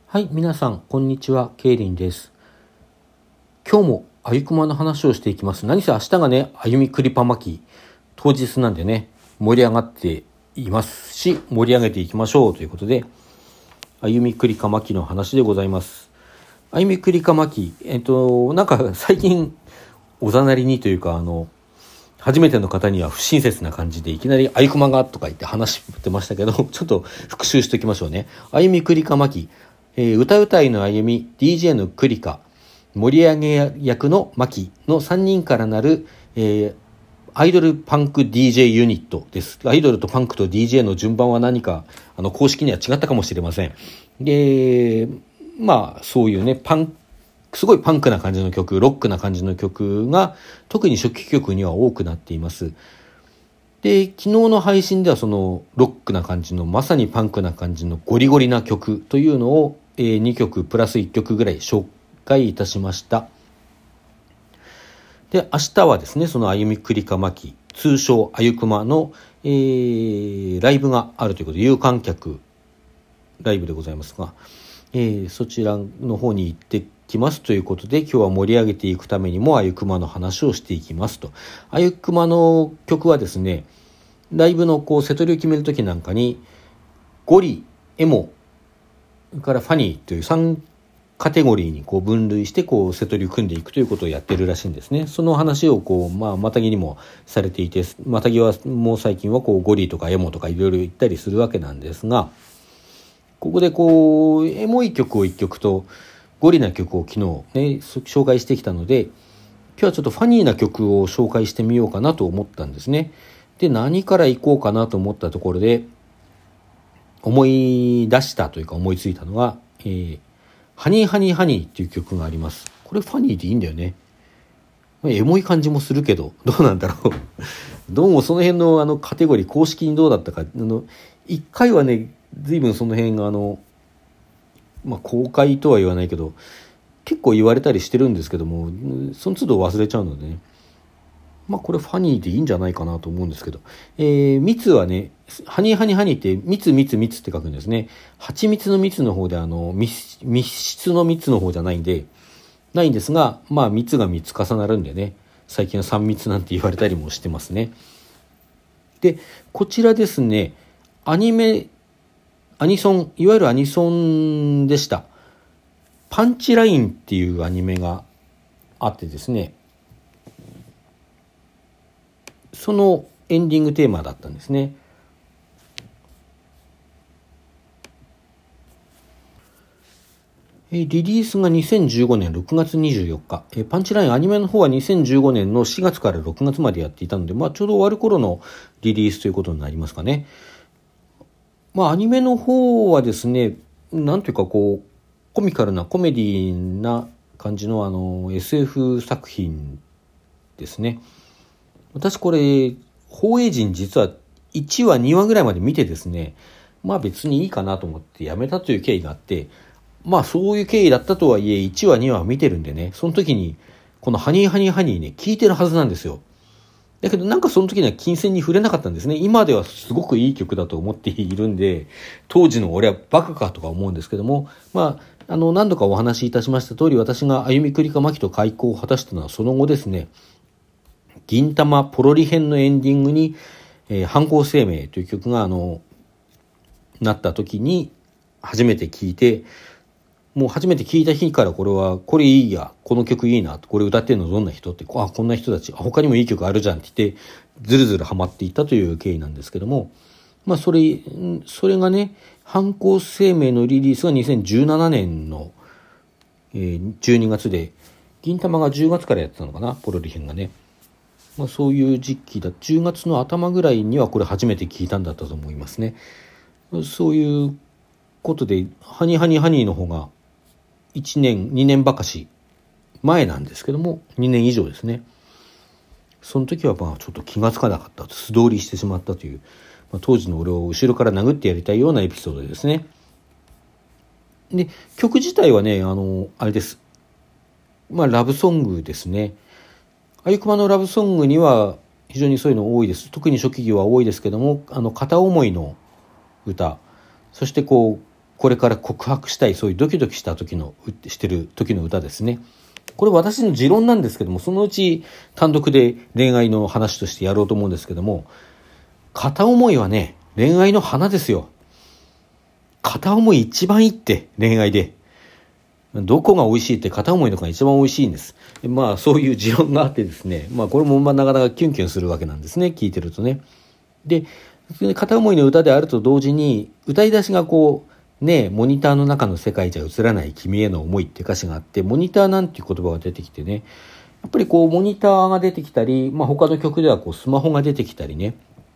はい、皆さん、こんにちは。ケイリンです。今日もあゆくまの話をしていきます。何せ明日がね、あゆみくりぱまき当日なんでね、盛り上がっていますし、盛り上げていきましょうということで、あゆみくりかまきの話でございます。あゆみくりかまき、なんか最近、おざなりにというか、初めての方には不親切な感じでいきなりあゆくまがとか言って話してましたけど、ちょっと復習しておきましょうね。あゆみくりかまき。歌うたいのあゆみ、DJ のくりか、盛り上げ役のまきの3人からなる、アイドルパンク DJ ユニットです。アイドルとパンクと DJ の順番は何か、公式には違ったかもしれません。で、そういうね、すごいパンクな感じの曲、ロックな感じの曲が、特に初期曲には多くなっています。で、昨日の配信ではそのロックな感じの、まさにパンクな感じのゴリゴリな曲というのを、2曲プラス1曲ぐらい紹介いたしました。で、明日はですね、そのあゆみくりかまき、通称あゆくまの、ライブがあるということで、有観客ライブでございますが、そちらの方に行ってきますということで、今日は盛り上げていくためにもあゆくまの話をしていきますと。あゆくまの曲はですね、ライブのセトリを決めるときなんかに、ゴリ、エモ、それからファニーという3カテゴリーに分類してセトリを組んでいくということをやってるらしいんですね。その話をまたぎにもされていて、またぎはもう最近はゴリとかエモとかいろいろ言ったりするわけなんですが、ここでエモい曲を1曲とゴリな曲を昨日ね紹介してきたので、今日はちょっとファニーな曲を紹介してみようかなと思ったんですね。で、何からいこうかなと思ったところで思い出したというか思いついたのが、ハニーハニーハニーっていう曲があります。これファニーでいいんだよね。エモい感じもするけど、どうなんだろう。どうもその辺のカテゴリー公式にどうだったか、一回はね、随分その辺が公開とは言わないけど、結構言われたりしてるんですけども、その都度忘れちゃうのでね。これファニーでいいんじゃないかなと思うんですけど。蜜はね、ハニーハニーハニーって蜜って書くんですね。蜂蜜の蜜の方で密室の蜜の方じゃないんですが、蜜が3つ重なるんでね、最近は3密なんて言われたりもしてますね。で、こちらですね、アニソン、いわゆるアニソンでした。パンチラインっていうアニメがあってですね、そのエンディングテーマだったんですね。リリースが2015年6月24日。パンチラインアニメの方は2015年の4月から6月までやっていたので、ちょうど終わる頃のリリースということになりますかね。アニメの方はですね、なんというかコミカルなコメディな感じのSF 作品ですね。私これ、放映時に実は1話2話ぐらいまで見てですね、別にいいかなと思ってやめたという経緯があって、そういう経緯だったとはいえ1話2話見てるんでね、その時にこのハニーハニーハニーね、聞いてるはずなんですよ。だけどその時には金銭に触れなかったんですね。今ではすごくいい曲だと思っているんで、当時の俺はバカかとか思うんですけども、何度かお話しいたしました通り、私があゆみくりかまきと開口を果たしたのはその後ですね、銀玉ポロリ編のエンディングに、犯行声明という曲がなった時に初めて聞いて、もう初めて聞いた日からこれいいや、この曲いいな、これ歌ってるのどんな人って、こんな人たち、他にもいい曲あるじゃんって言って、ずるずるハマっていったという経緯なんですけども、それがね、犯行声明のリリースが2017年の、12月で、銀玉が10月からやってたのかな、ポロリ編がね。そういう時期だ、10月の頭ぐらいにはこれ初めて聞いたんだったと思いますね。そういうことで、ハニーハニーハニーの方が、1年、2年ばかし前なんですけども、2年以上ですね。その時はちょっと気がつかなかった、素通りしてしまったという、当時の俺を後ろから殴ってやりたいようなエピソードですね。で、曲自体はね、あれです。ラブソングですね。あゆくまのラブソングには非常にそういうの多いです。特に初期は多いですけども、片思いの歌、そしてこれから告白したい、そういうドキドキしてる時の歌ですね。これ私の持論なんですけども、そのうち単独で恋愛の話としてやろうと思うんですけども、片思いはね、恋愛の花ですよ。片思い一番いいって恋愛で。どこが美味しいって片思いのが一番美味しいんです。まあそういう持論があってですね、まあこれもなかなかキュンキュンするわけなんですね、聞いてるとね。で、片思いの歌であると同時に、歌い出しがこう、ね、モニターの中の世界じゃ映らない君への思いって歌詞があって、モニターなんていう言葉が出てきてね、やっぱりこうモニターが出てきたり、まあ他の曲ではこうスマホが出てきたりね、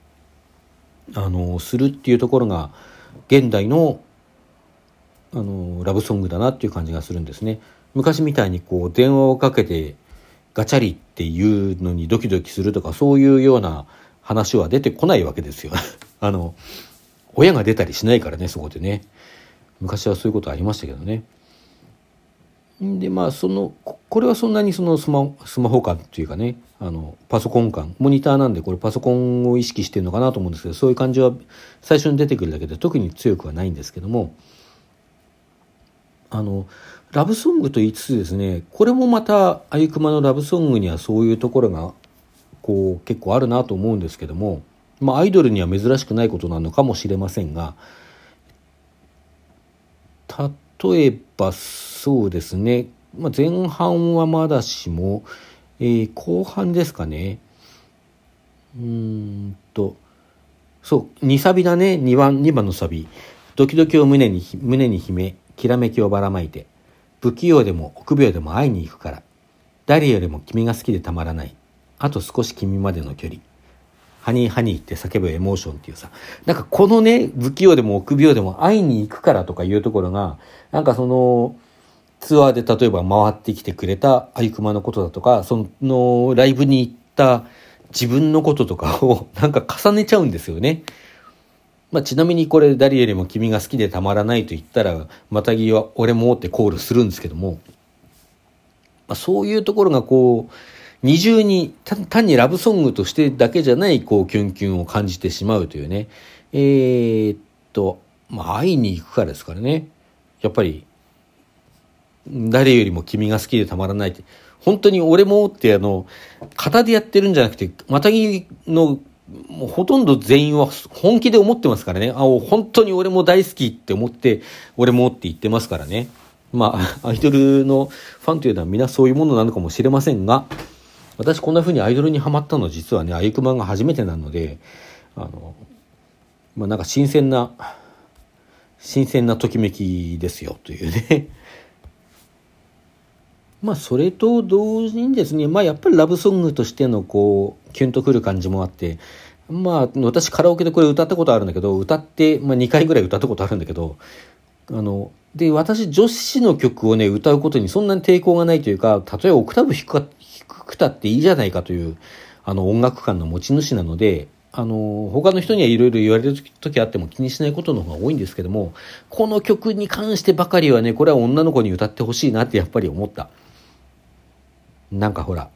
するっていうところが現代のラブソングだなっていう感じがするんですね。昔みたいにこう電話をかけてガチャリっていうのにドキドキするとか、そういうような話は出てこないわけですよ。親が出たりしないからね、そこでね。昔はそういうことありましたけどね。でまあこれはそんなにそのスマホ感というかね、パソコン感、モニターなんでこれパソコンを意識してるのかなと思うんですけど、そういう感じは最初に出てくるだけで特に強くはないんですけども、ラブソングと言いつつですね、これもまたあゆくまのラブソングにはそういうところがこう結構あるなと思うんですけども、まあアイドルには珍しくないことなのかもしれませんが、例えばそうですね、まあ、前半はまだしも、後半ですかね。そう2サビだね。2番のサビ、ドキドキを胸に秘めきらめきをばらまいて、不器用でも臆病でも会いに行くから、誰よりも君が好きでたまらない、あと少し君までの距離、ハニーハニーって叫ぶエモーションっていうさ、なんかこのね、不器用でも臆病でも会いに行くからとかいうところが、なんかそのツアーで例えば回ってきてくれたあゆくまのことだとか、そのライブに行った自分のこととかをなんか重ねちゃうんですよね。まあ、ちなみにこれ誰よりも君が好きでたまらないと言ったら、またぎは俺もってコールするんですけども、まあ、そういうところがこう二重に単にラブソングとしてだけじゃないこうキュンキュンを感じてしまうというね。まあ会いに行くからですからね。やっぱり誰よりも君が好きでたまらないって、本当に俺もって型でやってるんじゃなくて、またぎのもうほとんど全員は本気で思ってますからね。本当に俺も大好きって思って俺もって言ってますからね。まあアイドルのファンというのは皆そういうものなのかもしれませんが、私こんな風にアイドルにハマったのは実はね、あゆくまが初めてなので、まあなんか新鮮なときめきですよというね。まあそれと同時にですね、まあやっぱりラブソングとしてのこうキュンとくる感じもあって、まあ私カラオケでこれ歌ったことあるんだけど、歌って、まあ2回ぐらい歌ったことあるんだけど、で私女子の曲をね歌うことにそんなに抵抗がないというか、たとえオクターブ低くたっていいじゃないかという音楽感の持ち主なので、他の人にはいろいろ言われる時あっても気にしないことの方が多いんですけども、この曲に関してばかりはね、これは女の子に歌ってほしいなってやっぱり思った。なんかほら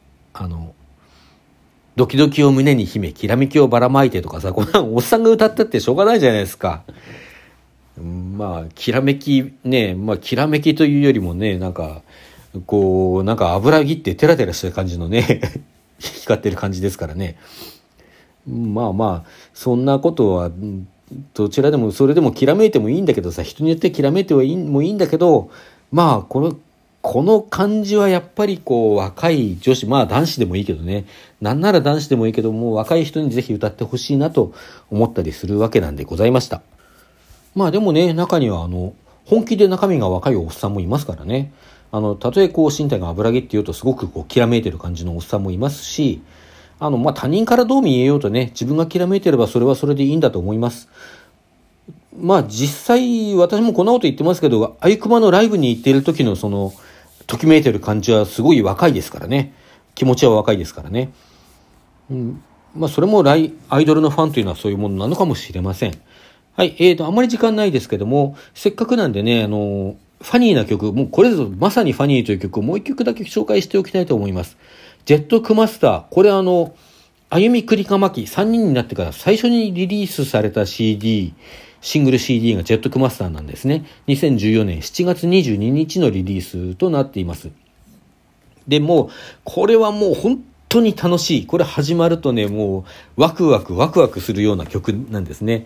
ドキドキを胸に秘めきらめきをばらまいてとかさ、こんなおっさんが歌ったってしょうがないじゃないですか。まあきらめきね、まあきらめきというよりもね、なんかこうなんか油切ってテラテラした感じのね光ってる感じですからね。まあまあそんなことはどちらでもそれでもきらめいてもいいんだけどさ、人によってきらめいてもいいんだけど、まあこの感じはやっぱりこう若い女子、まあ男子でもいいけどね、なんなら男子でもいいけども若い人にぜひ歌ってほしいなと思ったりするわけなんでございました。まあでもね、中には本気で中身が若いおっさんもいますからね。たとえこう身体が油毛っていうとすごくこうきらめいてる感じのおっさんもいますし、まあ他人からどう見えようとね、自分がきらめいてればそれはそれでいいんだと思います。まあ実際私もこんなこと言ってますけど、あゆくまのライブに行っている時のそのときめいてる感じはすごい若いですからね。気持ちは若いですからね。まあそれもアイドルのファンというのはそういうものなのかもしれません。はい、あんまり時間ないですけども、せっかくなんでね、ファニーな曲、もうこれぞまさにファニーという曲をもう一曲だけ紹介しておきたいと思います。ジェットクマスター。これあゆみくりかまき3人になってから最初にリリースされた CD シングル CD がジェットクマスターなんですね。2014年7月22日のリリースとなっています。で、もう、これはもう本当に楽しい。これ始まるとね、もうワクワクするような曲なんですね。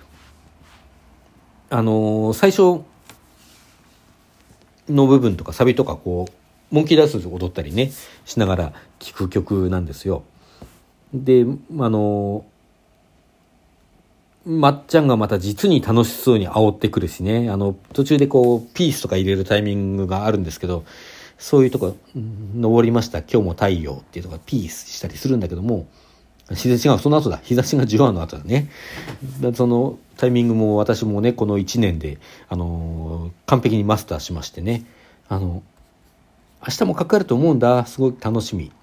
最初の部分とかサビとかこう、モンキーダンス踊ったりね、しながら聴く曲なんですよ。で、まっちゃんがまた実に楽しそうに煽ってくるしね、途中でこうピースとか入れるタイミングがあるんですけど、そういうとこ、登りました今日も太陽っていうとこピースしたりするんだけども、日差しがその後だ、日差しが10話の後だね。そのタイミングも私もね、この1年で完璧にマスターしましてね、明日もかかると思うんだ。すごい楽しみ。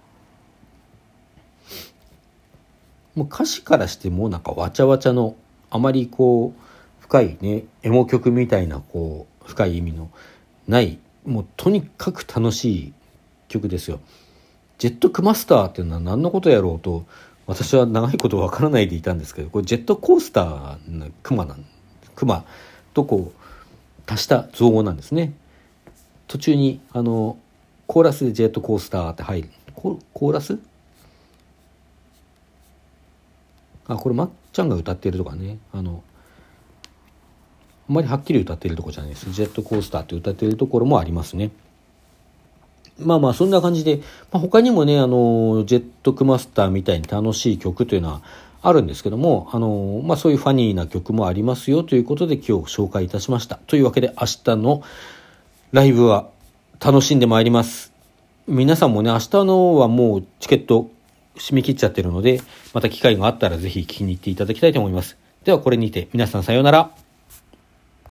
もう歌詞からしてもなんかわちゃわちゃの、あまりこう深いね、エモ曲みたいなこう深い意味のない、もうとにかく楽しい曲ですよ。ジェットクマスターっていうのは何のことやろうと私は長いことわからないでいたんですけど、これジェットコースターのクマとこう足した造語なんですね。途中にコーラスでジェットコースターって入る。コーラス、これまっちゃんが歌ってるとかね、あんまりはっきり歌ってるとこじゃないです。ジェットコースターって歌ってるところもありますね。そんな感じで、他にもね、ジェットクマスターみたいに楽しい曲というのはあるんですけども、そういうファニーな曲もありますよということで今日紹介いたしました。というわけで明日のライブは楽しんでまいります。皆さんもね、明日のはもうチケット締め切っちゃってるので、また機会があったらぜひ聞きに行っていただきたいと思います。ではこれにて皆さんさようなら。